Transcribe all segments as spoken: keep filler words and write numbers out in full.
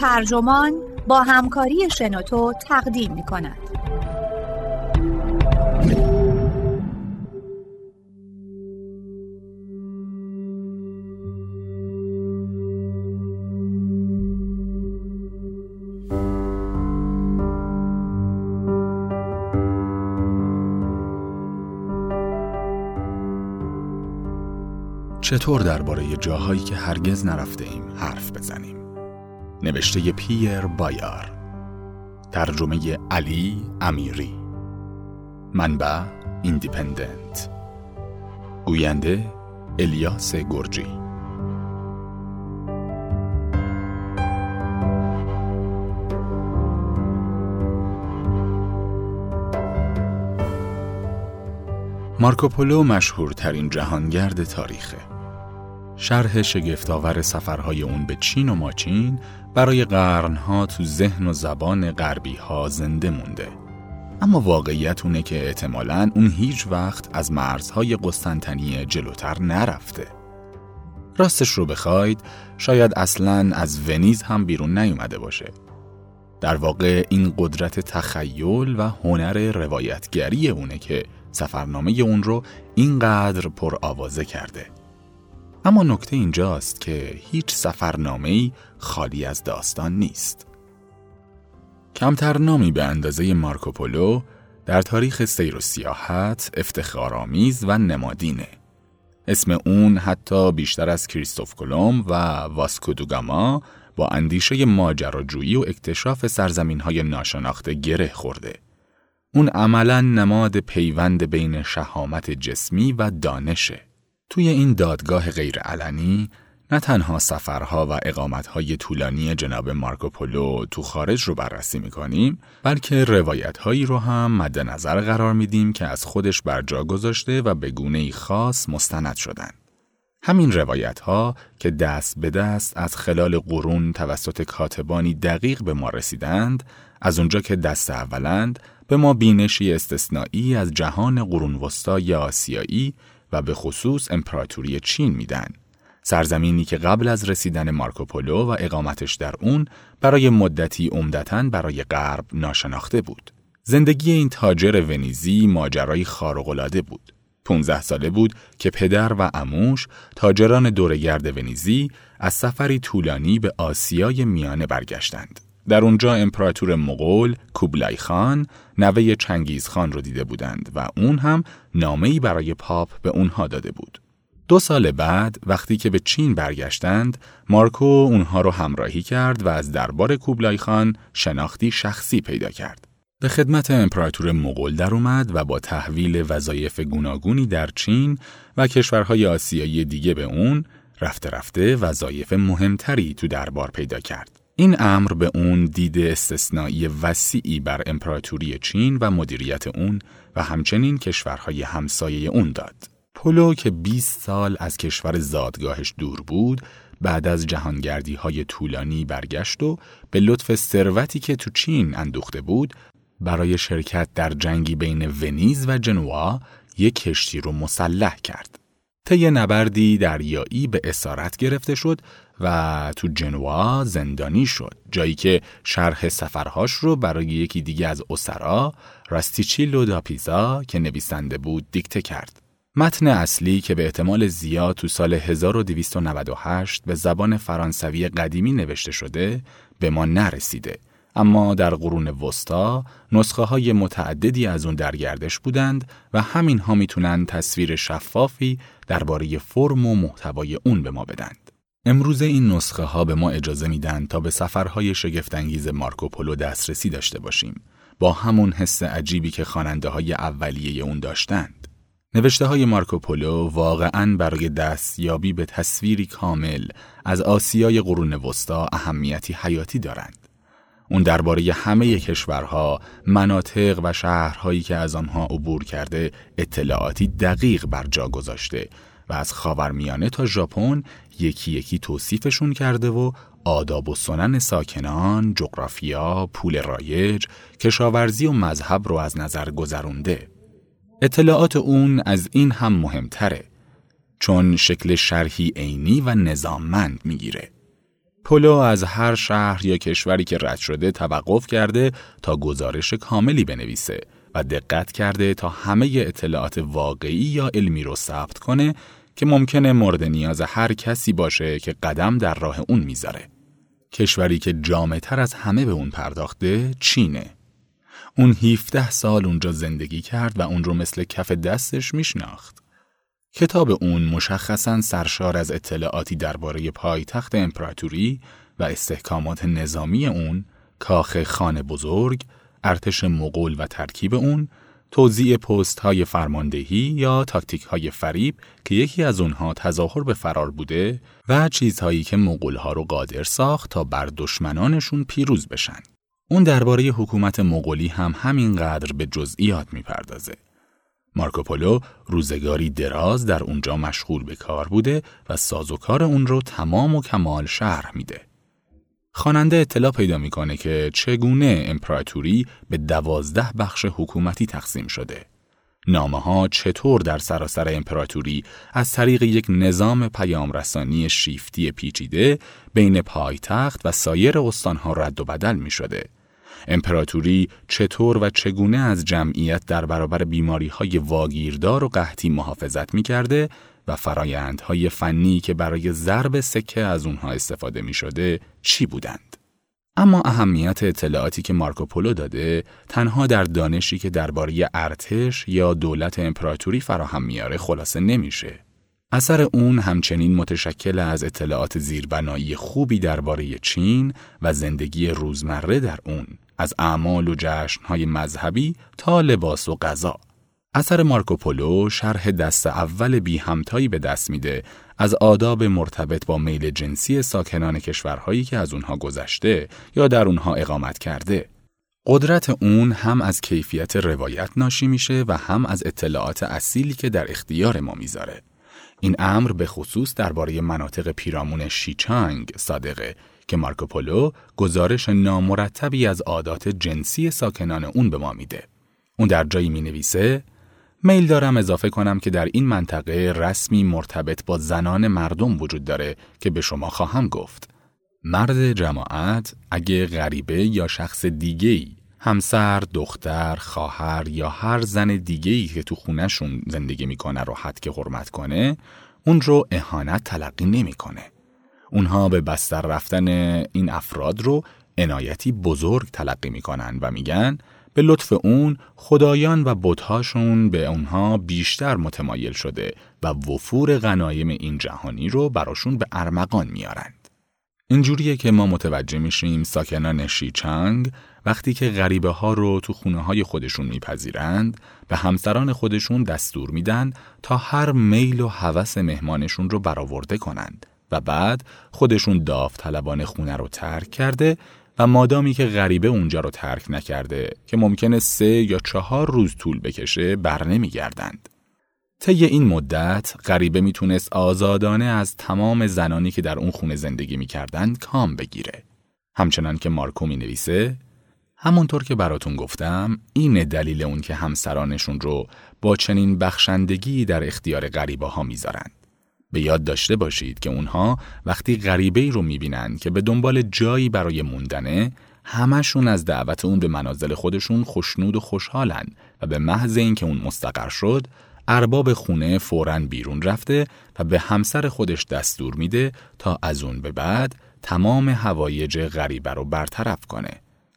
ترجمان با همکاری شنوتو تقدیم می‌کند. چطور درباره جاهایی که هرگز نرفته ایم حرف بزنیم؟ نوشته پیر بایار، ترجمه علی امیری، منبع ایندیپندنت، گوینده الیاس گرجی. مارکوپولو مشهورترین جهانگرد تاریخه. شرح شگفت‌آور سفرهای اون به چین و ماچین برای قرنها تو ذهن و زبان غربی‌ها زنده مونده. اما واقعیت اونه که احتمالاً اون هیچ وقت از مرزهای قسطنطنیه جلوتر نرفته. راستش رو بخواید شاید اصلاً از ونیز هم بیرون نیومده باشه. در واقع این قدرت تخیل و هنر روایتگری اونه که سفرنامه اون رو اینقدر پر آوازه کرده. اما نکته اینجاست که هیچ سفرنامه‌ای خالی از داستان نیست. کمتر نامی به اندازه مارکوپولو در تاریخ سیر و سیاحت افتخارآمیز و نمادینه. اسم اون حتی بیشتر از کریستوف کلمب و واسکو دو گاما با اندیشه ماجراجویی و اکتشاف سرزمین‌های ناشناخته گره خورده. اون عملاً نماد پیوند بین شهامت جسمی و دانشه. توی این دادگاه غیرعلنی نه تنها سفرها و اقامتهای طولانی جناب مارکوپولو تو خارج رو بررسی می‌کنیم، بلکه روایت‌هایی رو هم مد نظر قرار میدیم که از خودش برجا گذاشته و به گونه‌ای خاص مستند شدن. همین روایت‌ها که دست به دست از خلال قرون توسط کاتبانی دقیق به ما رسیدند، از اونجا که دست اولند به ما بینشی استثنایی از جهان قرون وسطای آسیایی و به خصوص امپراتوری چین میدن. سرزمینی که قبل از رسیدن مارکوپولو و اقامتش در اون برای مدتی عمدتاً برای غرب ناشناخته بود. زندگی این تاجر ونیزی ماجرای خارق‌العاده بود. پانزده ساله بود که پدر و عموش تاجران دوره‌گرد ونیزی از سفری طولانی به آسیای میانه برگشتند. در اونجا امپراتور مغول کوبلای خان نوه چنگیز خان رو دیده بودند و اون هم نامه‌ای برای پاپ به اونها داده بود. دو سال بعد وقتی که به چین برگشتند، مارکو اونها رو همراهی کرد و از دربار کوبلای خان شناختی شخصی پیدا کرد. به خدمت امپراتور مغول در اومد و با تحویل وظایف گوناگونی در چین و کشورهای آسیایی دیگه به اون رفته رفته وظایف مهمتری تو دربار پیدا کرد. این امر به اون دید استثنایی وسیعی بر امپراتوری چین و مدیریت اون و همچنین کشورهای همسایه اون داد. پولو که بیست سال از کشور زادگاهش دور بود، بعد از جهانگردی‌های طولانی برگشت و به لطف ثروتی که تو چین اندوخته بود، برای شرکت در جنگی بین ونیز و جنوا یک کشتی رو مسلح کرد. طی نبردی دریایی به اسارت گرفته شد و تو جنوا زندانی شد، جایی که شرح سفرهاش رو برای یکی دیگه از اسرا، راستیچیلو دا پیزا که نویسنده بود دیکته کرد. متن اصلی که به احتمال زیاد تو سال هزار و دویست و نود و هشت به زبان فرانسوی قدیمی نوشته شده به ما نرسیده، اما در قرون وسطا نسخه های متعددی از اون در گردش بودند و همین ها میتونن تصویر شفافی درباره فرم و محتوای اون به ما بدند. امروزه این نسخه ها به ما اجازه میدن تا به سفرهای شگفت‌انگیز مارکوپولو دسترسی داشته باشیم، با همون حس عجیبی که خواننده های اولیه اون داشتند. نوشته های مارکوپولو واقعاً برای دستیابی به تصویری کامل از آسیای قرون وسطا اهمیتی حیاتی دارند. اون درباره همه کشورها، مناطق و شهرهایی که از آنها عبور کرده اطلاعاتی دقیق بر جا گذاشته و از خاورمیانه تا ژاپن یکی یکی توصیفشون کرده و آداب و سنن ساکنان، جغرافیا، پول رایج، کشاورزی و مذهب رو از نظر گذرونده. اطلاعات اون از این هم مهمتره، چون شکل شرحی عینی و نظاممند میگیره. پولو از هر شهر یا کشوری که رد شده توقف کرده تا گزارش کاملی بنویسه و دقت کرده تا همه اطلاعات واقعی یا علمی رو ثبت کنه که ممکنه مورد نیاز هر کسی باشه که قدم در راه اون میذاره. کشوری که جامع‌تر از همه به اون پرداخته چینه. اون هفده سال اونجا زندگی کرد و اون رو مثل کف دستش میشناخت. کتاب اون مشخصاً سرشار از اطلاعاتی درباره پایتخت امپراتوری و استحکامات نظامی اون، کاخ خان بزرگ، ارتش مغول و ترکیب اون، توزیع پست‌های فرماندهی یا تاکتیک‌های فریب که یکی از اونها تظاهر به فرار بوده و چیزهایی که مغول‌ها رو قادر ساخت تا بر دشمنانشون پیروز بشن. اون درباره حکومت مغولی هم همینقدر به جزئیات میپردازه. مارکوپولو روزگاری دراز در اونجا مشغول به کار بوده و سازوکار اون رو تمام و کمال شرح میده. خواننده اطلاع پیدا میکنه که چگونه امپراتوری به دوازده بخش حکومتی تقسیم شده. نامه‌ها چطور در سراسر امپراتوری از طریق یک نظام پیام رسانی شیفتی پیچیده بین پایتخت و سایر استانها رد و بدل می شده. امپراتوری چطور و چگونه از جمعیت در برابر بیماری‌های واگیردار و قحطی محافظت می کرده و فرایندهای فنی که برای ضرب سکه از اونها استفاده می شده چی بودند. اما اهمیت اطلاعاتی که مارکوپولو داده تنها در دانشی که درباره ارتش یا دولت امپراتوری فراهم میاره خلاصه نمیشه. اثر اون همچنین متشکل از اطلاعات زیربنایی خوبی درباره چین و زندگی روزمره در اون، از اعمال و جشن‌های مذهبی تا لباس و غذا. اثر مارکوپولو شرح دست اول بی همتایی به دست میده از آداب مرتبط با میل جنسی ساکنان کشورهایی که از اونها گذشته یا در اونها اقامت کرده. قدرت اون هم از کیفیت روایت ناشی میشه و هم از اطلاعات اصیلی که در اختیار ما میذاره. این امر به خصوص درباره مناطق پیرامون شیچانگ صادقه که مارکوپولو گزارش نامرتبی از عادات جنسی ساکنان اون به ما میده. اون در جایی مینویسه: میل دارم اضافه کنم که در این منطقه رسمی مرتبط با زنان مردم وجود داره که به شما خواهم گفت. مرد جماعت اگه غریبه یا شخص دیگه‌ای، همسر، دختر، خواهر یا هر زن دیگه‌ای که تو خونه‌شون زندگی میکنه رو حد حرمت کنه، اون رو اهانت تلقی نمیکنه. اونها به بستر رفتن این افراد رو عنایتی بزرگ تلقی میکنن و میگن به لطف اون خدایان و بت‌هاشون به اونها بیشتر متمایل شده و وفور غنایم این جهانی رو براشون به ارمغان میارند. اینجوریه که ما متوجه میشیم ساکنان شیچانگ وقتی که غریبه ها رو تو خونه های خودشون میپذیرند به همسران خودشون دستور میدن تا هر میل و هوس مهمانشون رو برآورده کنند و بعد خودشون داوطلبانه خونه رو ترک کرده و مادامی که غریبه اونجا رو ترک نکرده که ممکنه سه یا چهار روز طول بکشه بر نمیگردند. طی این مدت غریبه میتونست آزادانه از تمام زنانی که در اون خونه زندگی میکردند کام بگیره. همچنان که مارکو می نویسه: همونطور که براتون گفتم این دلیل اون که همسرانشون رو با چنین بخشندگی در اختیار غریبه ها میذارن. به یاد داشته باشید که اونها وقتی غریبه‌ای رو میبینن که به دنبال جایی برای موندنه، همشون از دعوت اون به منازل خودشون خوشنود و خوشحالن و به محض اینکه اون مستقر شد، ارباب خونه فوراً بیرون رفته و به همسر خودش دستور میده تا از اون به بعد تمام حوایج غریبه رو برطرف کنه.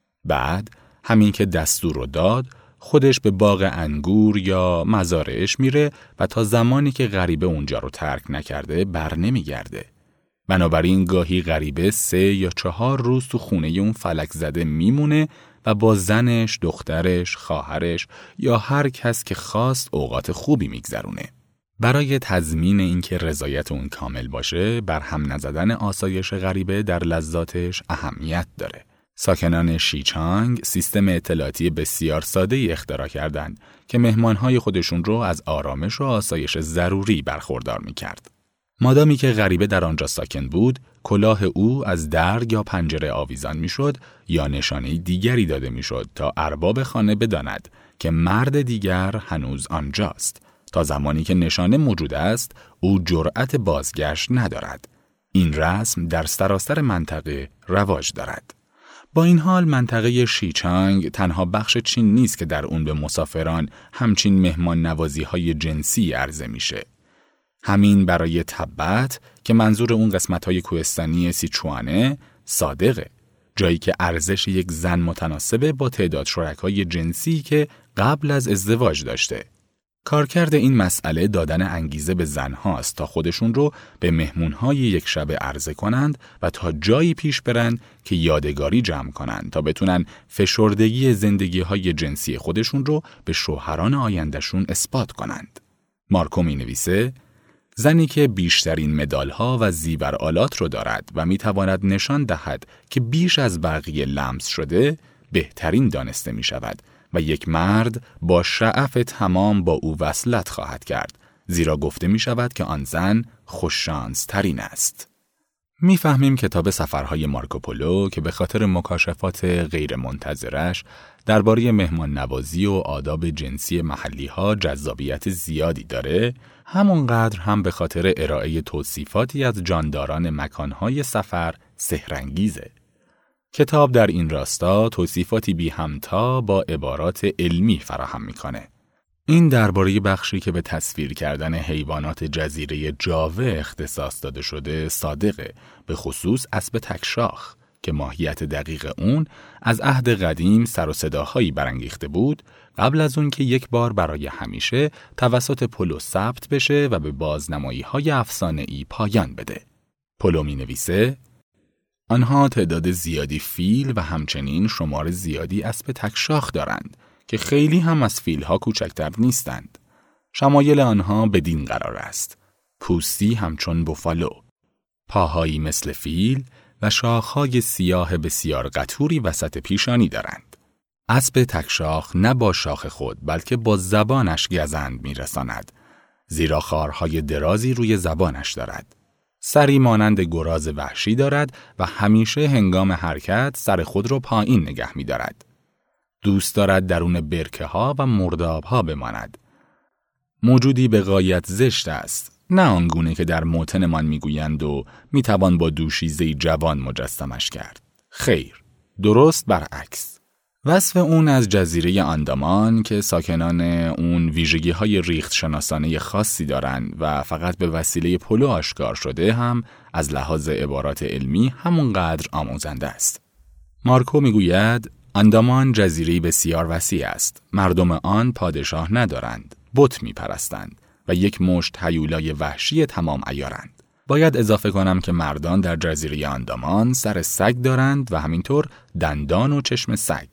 بعد همین که دستور رو داد، خودش به باغ انگور یا مزارعش میره و تا زمانی که غریبه اونجا رو ترک نکرده بر نمیگرده. بنابراین گاهی غریبه سه یا چهار روز تو خونه اون فلک زده میمونه و با زنش، دخترش، خواهرش یا هر کس که خواست اوقات خوبی میگذرونه. برای تضمین اینکه رضایت اون کامل باشه، بر هم نزدن آسایش غریبه در لذاتش اهمیت داره. ساکنان شیچانگ سیستم اطلاعاتی بسیار ساده‌ای اختراع کردند که مهمانهای خودشون رو از آرامش و آسایش ضروری برخوردار می‌کرد. مادامی که غریبه در آنجا ساکن بود، کلاه او از در یا پنجره آویزان می‌شد یا نشانه دیگری داده می‌شد تا ارباب خانه بداند که مرد دیگر هنوز آنجاست. تا زمانی که نشانه موجود است، او جرأت بازگشت ندارد. این رسم در سراسر منطقه رواج دارد. با این حال منطقه شیچانگ تنها بخش چین نیست که در اون به مسافران همچین مهمان نوازی های جنسی عرضه میشه. همین برای تبت که منظور اون قسمت های کوهستانی سیچوانه صادقه، جایی که ارزش یک زن متناسبه با تعداد شرکای جنسی که قبل از ازدواج داشته. کارکرد این مسئله دادن انگیزه به زنهاست تا خودشون رو به مهمونهای یک شبه عرضه کنند و تا جایی پیش برند که یادگاری جمع کنند تا بتونن فشردگی زندگی‌های جنسی خودشون رو به شوهران آیندهشون اثبات کنند. مارکو می نویسه زنی که بیشترین مدالها و زیورآلات رو دارد و می تواند نشان دهد که بیش از بقیه لمس شده بهترین دانسته می شود و یک مرد با شعف تمام با او وصلت خواهد کرد، زیرا گفته می شود که آن زن خوششانس ترین است. می فهمیم کتاب سفرهای مارکوپولو که به خاطر مکاشفات غیر منتظرش درباره مهمان نوازی و آداب جنسی محلی ها جذابیت زیادی داره، همونقدر هم به خاطر ارائه توصیفاتی از جانداران مکانهای سفر سحرانگیزه. کتاب در این راستا توصیفاتی بی همتا با عبارات علمی فراهم میکنه. این درباره بخشی که به تصویر کردن حیوانات جزیره جاوه اختصاص داده شده صادقه، به خصوص اسب تکشاخ که ماهیت دقیق اون از عهد قدیم سر و صداهایی برانگیخته بود قبل از اون که یک بار برای همیشه توسط پولو ثبت بشه و به بازنمایی‌های افسانه‌ای پایان بده. پولو می نویسه آنها تعداد زیادی فیل و همچنین شمار زیادی اسب تکشاخ دارند که خیلی هم از فیل‌ها کوچکتر نیستند. شمایل آنها بدین قرار است: پوستی همچون بوفالو، پاهایی مثل فیل و شاخهای سیاه بسیار قطوری وسط پیشانی دارند. اسب تکشاخ نه با شاخ خود بلکه با زبانش گزند میرساند، زیرا خارهای درازی روی زبانش دارد. سری مانند گراز وحشی دارد و همیشه هنگام حرکت سر خود را پایین نگه می دارد. دوست دارد درون برکه ها و مرداب ها بماند. موجودی به غایت زشت است، نه آنگونه که در موطنمان می گویند و می توان با دوشیزه جوان مجسمش کرد. خیر، درست برعکس. وصف اون از جزیره آندامان که ساکنان اون ویژگی‌های ریخت شناسانه خاصی دارند و فقط به وسیله پولو آشکار شده هم از لحاظ عبارات علمی همونقدر آموزنده است. مارکو میگوید آندامان جزیره بسیار وسیع است. مردم آن پادشاه ندارند، بت میپرستند و یک مشت هیولای وحشی تمام عیارند. باید اضافه کنم که مردان در جزیره آندامان سر سگ دارند و همینطور دندان و چشم سگ.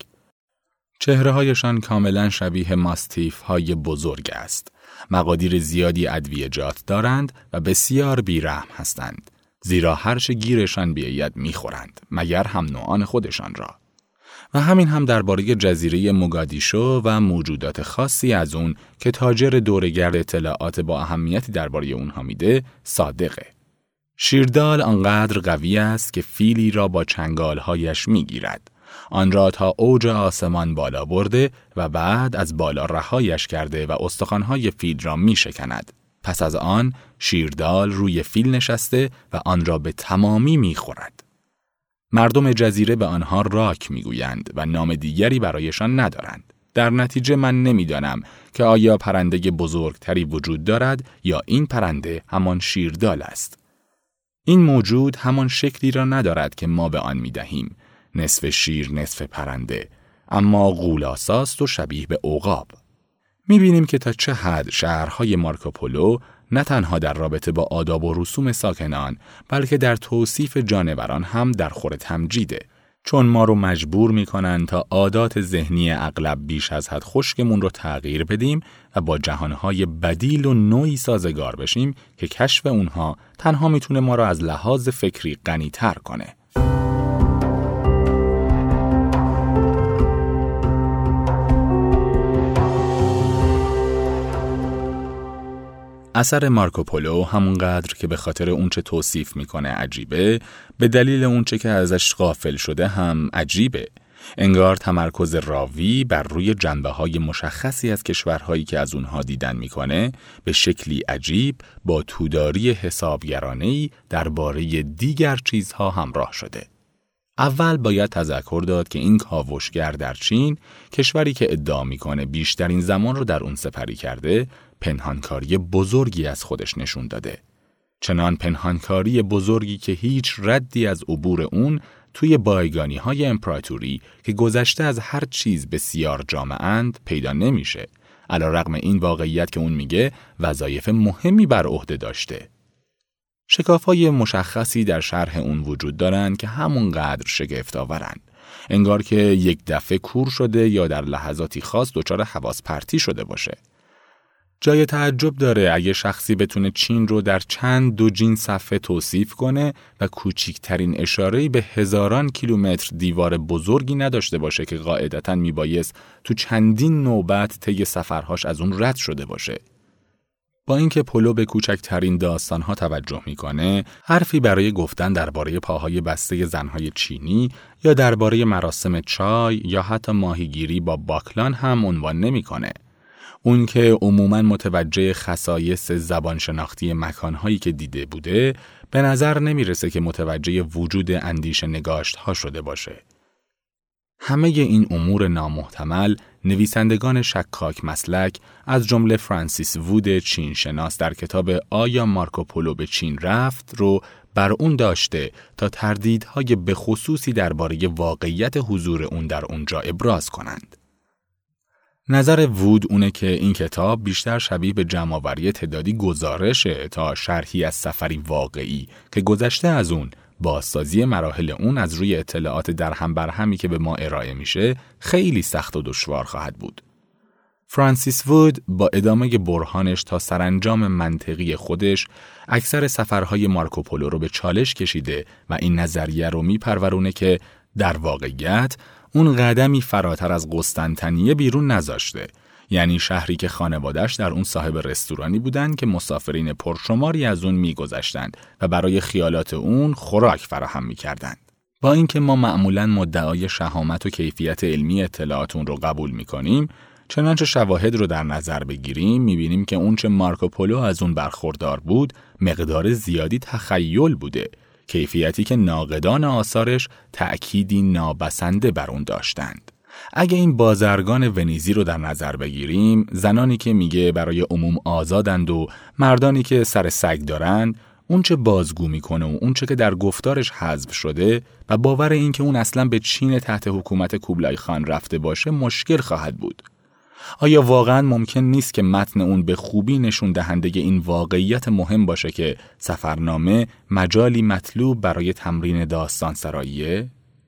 چهره‌هایشان کاملا شبیه ماستیف‌های بزرگ است. مقادیر زیادی ادویه‌جات دارند و بسیار بیرحم هستند، زیرا هر چه گیرشان بیاید می‌خورند، مگر هم نوعان خودشان را. و همین هم درباره جزیره موگادیشو و موجودات خاصی از اون که تاجر دوره‌گرد اطلاعات با اهمیتی درباره اونها میده صادقه. شیردال آنقدر قوی است که فیلی را با چنگال‌هایش میگیرد، آن را تا اوج آسمان بالا برده و بعد از بالا رهایش کرده و استخوان‌های فیل را می شکند. پس از آن شیردال روی فیل نشسته و آن را به تمامی می خورد. مردم جزیره به آنها راک می گویند و نام دیگری برایشان ندارند. در نتیجه من نمیدانم که آیا پرنده بزرگتری وجود دارد یا این پرنده همان شیردال است. این موجود همان شکلی را ندارد که ما به آن می دهیم، نصف شیر نصف پرنده، اما غول‌آساست و شبیه به عقاب. می‌بینیم که تا چه حد شهرهای مارکوپولو نه تنها در رابطه با آداب و رسوم ساکنان بلکه در توصیف جانوران هم در خور تمجیده، چون ما رو مجبور می‌کنن تا عادات ذهنی اغلب بیش از حد خشکمون رو تغییر بدیم و با جهانهای بدیل و نوعی سازگار بشیم که کشف اونها تنها میتونه ما رو از لحاظ فکری غنی‌تر کنه. اثر مارکوپولو همونقدر که به خاطر اونچه توصیف میکنه عجیبه، به دلیل اونچه که ازش غافل شده هم عجیبه. انگار تمرکز راوی بر روی جنبه‌های مشخصی از کشورهایی که از اونها دیدن میکنه به شکلی عجیب با توداری حسابگرانه‌ای درباره دیگر چیزها همراه شده. اول باید تذکر داد که این کاوشگر در چین، کشوری که ادعا میکنه بیشترین زمان رو در اون سپری کرده، پنهانکاری بزرگی از خودش نشون داده. چنان پنهانکاری بزرگی که هیچ ردی از عبور اون توی بایگانی‌های امپراتوری که گذشته از هر چیز بسیار جامع‌اند پیدا نمیشه، علی‌رغم این واقعیت که اون میگه وظایف مهمی بر عهده داشته. شکاف‌های مشخصی در شرح اون وجود دارن که همونقدر شگفت‌آورن. انگار که یک دفعه کور شده یا در لحظاتی خاص دچار حواس پرتی شده باشه. جای تعجب داره اگه شخصی بتونه چین رو در چند دوجین صفحه توصیف کنه و کوچکترین اشاره‌ای به هزاران کیلومتر دیوار بزرگی نداشته باشه که قاعدتاً میبایست تو چندین نوبت طی سفرهاش از اون رد شده باشه. با اینکه پلو به کوچکترین داستانها توجه میکنه، حرفی برای گفتن درباره پاهای بسته زنهای چینی یا درباره مراسم چای یا حتی ماهیگیری با باکلان هم عنوان نمیکنه. اون که عموماً متوجه خصایص زبان شناختی مکانهایی که دیده بوده، به نظر نمیرسه که متوجه وجود اندیشه نگاشت ها شده باشه. همه این امور نامحتمل نویسندگان شکاک مسلک از جمله فرانسیس وود چین شناس در کتاب آیا مارکوپولو به چین رفت رو بر اون داشته تا تردیدهای به خصوصی درباره واقعیت حضور اون در اونجا ابراز کنند. نظر وود اونه که این کتاب بیشتر شبیه به جمع‌آوری تعدادی گزارشه تا شرحی از سفری واقعی که گذشته از اون بازسازی مراحل اون از روی اطلاعات درهم برهمی که به ما ارائه میشه خیلی سخت و دشوار خواهد بود. فرانسیس وود با ادامه برهانش تا سرانجام منطقی خودش اکثر سفرهای مارکوپولو رو به چالش کشیده و این نظریه رو میپرورونه که در واقعیت اون قدمی فراتر از قسطنطنیه بیرون نذاشته، یعنی شهری که خانواده‌اش در اون صاحب رستورانی بودن که مسافرین پرشماری از اون میگذشتند و برای خیالات اون خوراک فراهم میکردند. با اینکه ما معمولاً مدعای شهامت و کیفیت علمی اطلاعات اون رو قبول میکنیم، چنانچه شواهد رو در نظر بگیریم میبینیم که اون چه مارکوپولو از اون برخوردار بود مقدار زیادی تخیل بوده، کیفیتی که ناقدان آثارش تأکیدی نابسنده بر اون داشتند. اگه این بازرگان ونیزی رو در نظر بگیریم، زنانی که میگه برای عموم آزادند و مردانی که سر سگ دارند، اون چه بازگو میکنه و اون چه که در گفتارش حذف شده و باور این که اون اصلا به چین تحت حکومت کوبلای خان رفته باشه مشکل خواهد بود. آیا واقعا ممکن نیست که متن اون به خوبی نشون دهنده این واقعیت مهم باشه که سفرنامه مجالی مطلوب برای تمرین داستان سراییه؟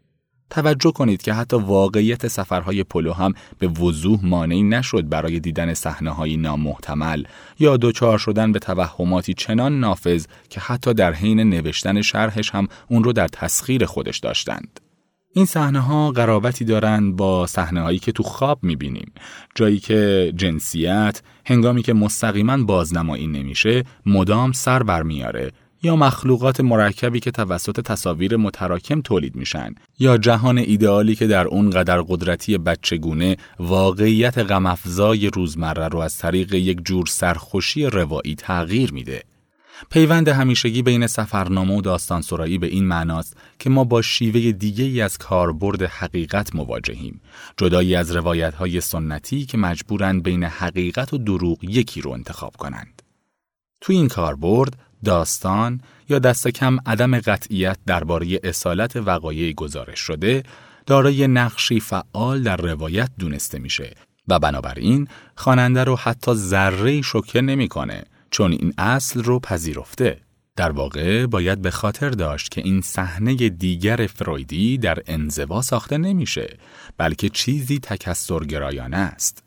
توجه کنید که حتی واقعیت سفرهای پولو هم به وضوح مانعی نشد برای دیدن صحنه‌های نامحتمل یا دوچار شدن به توهماتی چنان نافذ که حتی در حین نوشتن شرحش هم اون رو در تسخیر خودش داشتند. این صحنه‌ها قرابتی دارند با صحنه‌هایی که تو خواب می‌بینیم، جایی که جنسیت هنگامی که مستقیما بازنمایی نمیشه مدام سر برمیاره، یا مخلوقات مرکبی که توسط تصاویر متراکم تولید میشن، یا جهان ایدئالی که در اون قدر قدرتی بچگونه واقعیت غم‌افزای روزمره رو از طریق یک جور سرخوشی روایی تغییر میده. پیوند همیشگی بین سفرنامه و داستان سرایی به این معناست که ما با شیوه دیگه‌ای از کاربرد حقیقت مواجهیم، جدایی از روایت‌های سنتی که مجبورن بین حقیقت و دروغ یکی رو انتخاب کنند. تو این کاربرد داستان یا دست کم عدم قطعیت درباره اصالت وقایع گزارش شده دارای نقشی فعال در روایت دونسته میشه و بنابراین خواننده رو حتی ذره‌ای شوکه نمیکنه، چون این اصل رو پذیرفته. در واقع باید به خاطر داشت که این صحنه دیگر فرویدی در انزوا ساخته نمیشه، بلکه چیزی تکثرگرایانه است.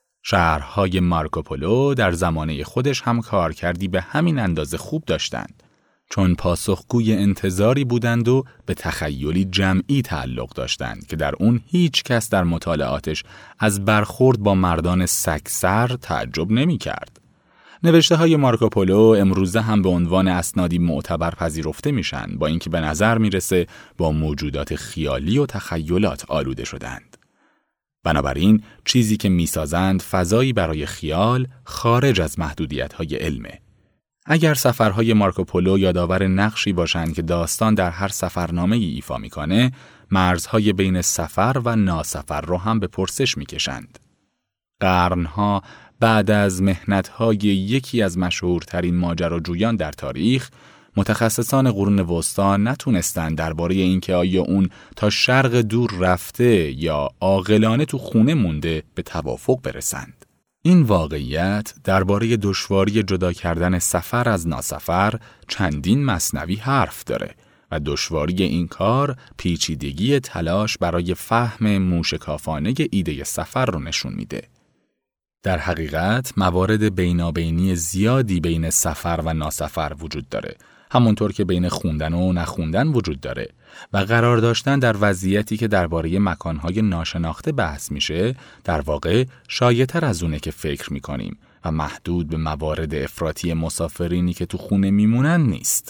شهرهای مارکوپولو در زمانه خودش هم کار کردی به همین اندازه خوب داشتند، چون پاسخگوی انتظاری بودند و به تخیلی جمعی تعلق داشتند که در اون هیچ کس در مطالعاتش از برخورد با مردان سگسر تعجب نمی کرد. نوشته‌های مارکوپولو امروزه هم به عنوان اسنادی معتبر پذیرفته میشن، با اینکه به نظر میرسه با موجودات خیالی و تخیلات آلوده شدند. بنابراین چیزی که میسازند فضایی برای خیال خارج از محدودیت‌های علمه. اگر سفرهای مارکوپولو یادآور نقشی باشند که داستان در هر سفرنامه‌ای ایفا میکنه، مرزهای بین سفر و ناسفر رو هم به پرسش میکشند. قرنها بعد از محنت‌های یکی از مشهورترین ماجراجویان در تاریخ، متخصصان قرون وسطا نتونستند درباره اینکه آیا اون تا شرق دور رفته یا عاقلانه تو خونه مونده به توافق برسند. این واقعیت درباره دشواری جدا کردن سفر از ناسفر چندین مثنوی حرف داره و دشواری این کار پیچیدگی تلاش برای فهم موشکافانه ایده سفر رو نشون میده. در حقیقت موارد بینابینی زیادی بین سفر و ناسفر وجود داره، همونطور که بین خوندن و نخوندن وجود داره و قرار داشتن در وضعیتی که درباره مکانهای ناشناخته بحث میشه در واقع شایع‌تر از اونه که فکر میکنیم و محدود به موارد افراطی مسافرینی که تو خونه میمونن نیست.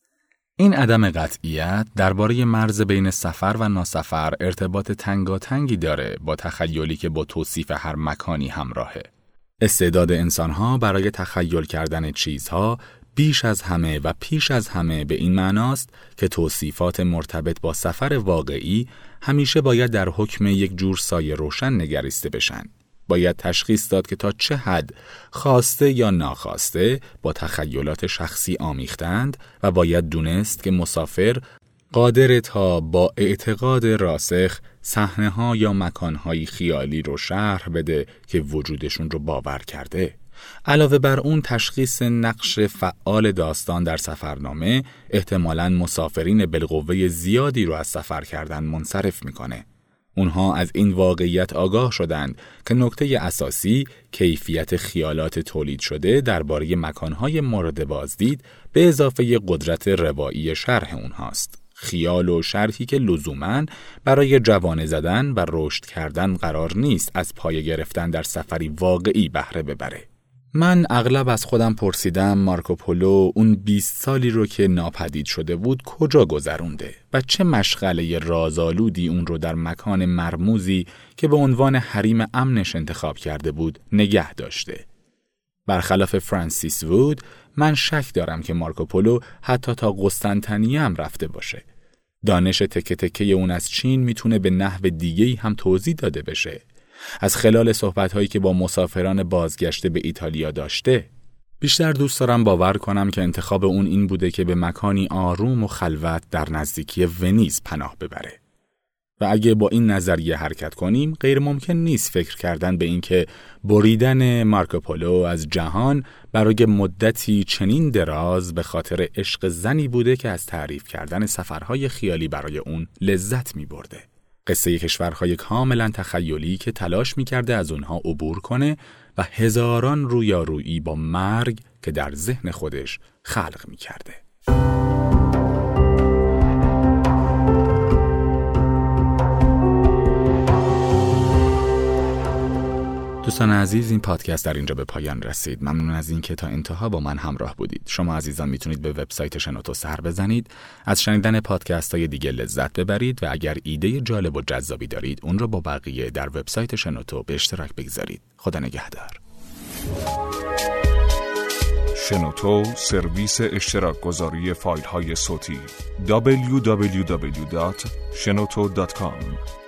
این عدم قطعیت درباره مرز بین سفر و ناسفر ارتباط تنگاتنگی داره با تخیلی که با توصیف هر مکانی همراهه. استعداد انسانها برای تخیل کردن چیزها بیش از همه و پیش از همه به این معناست که توصیفات مرتبط با سفر واقعی همیشه باید در حکم یک جور سایه روشن نگریسته بشن. باید تشخیص داد که تا چه حد خواسته یا ناخواسته با تخیلات شخصی آمیختند و باید دونست که مسافر قادر تا با اعتقاد راسخ صحنه‌ها یا مکان‌های خیالی رو شرح بده که وجودشون رو باور کرده. علاوه بر اون تشخیص نقش فعال داستان در سفرنامه احتمالاً مسافرین بالقوه زیادی رو از سفر کردن منصرف میکنه. اونها از این واقعیت آگاه شدند که نکته اساسی کیفیت خیالات تولید شده درباره مکانهای مورد بازدید به اضافه قدرت روایی شرح اونهاست. خیال و شرحی که لزوماً برای جوانه زدن و رشد کردن قرار نیست از پایه گرفتن در سفری واقعی بهره ببره. من اغلب از خودم پرسیدم مارکوپولو اون بیست سالی رو که ناپدید شده بود کجا گذرونده و چه مشغله رازآلودی اون رو در مکان مرموزی که به عنوان حریم امنش انتخاب کرده بود نگه داشته. برخلاف فرانسیس وود، من شک دارم که مارکوپولو حتی تا قسطنطنیه هم رفته باشه. دانش تکه تکه اون از چین میتونه به نحو دیگه‌ای هم توضیح داده بشه. از خلال صحبت‌هایی که با مسافران بازگشته به ایتالیا داشته. بیشتر دوست دارم باور کنم که انتخاب اون این بوده که به مکانی آروم و خلوت در نزدیکی ونیز پناه ببره. و اگه با این نظریه حرکت کنیم، غیر ممکن نیست فکر کردن به این که بریدن مارکوپولو از جهان برای مدتی چنین دراز به خاطر عشق زنی بوده که از تعریف کردن سفرهای خیالی برای اون لذت می برده. قصه کشورهای کاملا تخیلی که تلاش می‌کرده از اونها عبور کنه و هزاران رویارویی با مرگ که در ذهن خودش خلق می‌کرده. دوستان عزیز، این پادکست در اینجا به پایان رسید. ممنون از این که تا انتها با من همراه بودید. شما عزیزان میتونید به وبسایت شنوتو سر بزنید، از شنیدن پادکست های دیگه لذت ببرید و اگر ایده جالب و جذابی دارید اون رو با بقیه در وبسایت شنوتو به اشتراک بگذارید. خدا نگهدار. شنوتو، سرویس اشتراک گذاری فایل های صوتی دبلیو دبلیو دبلیو دات شنوتو دات کام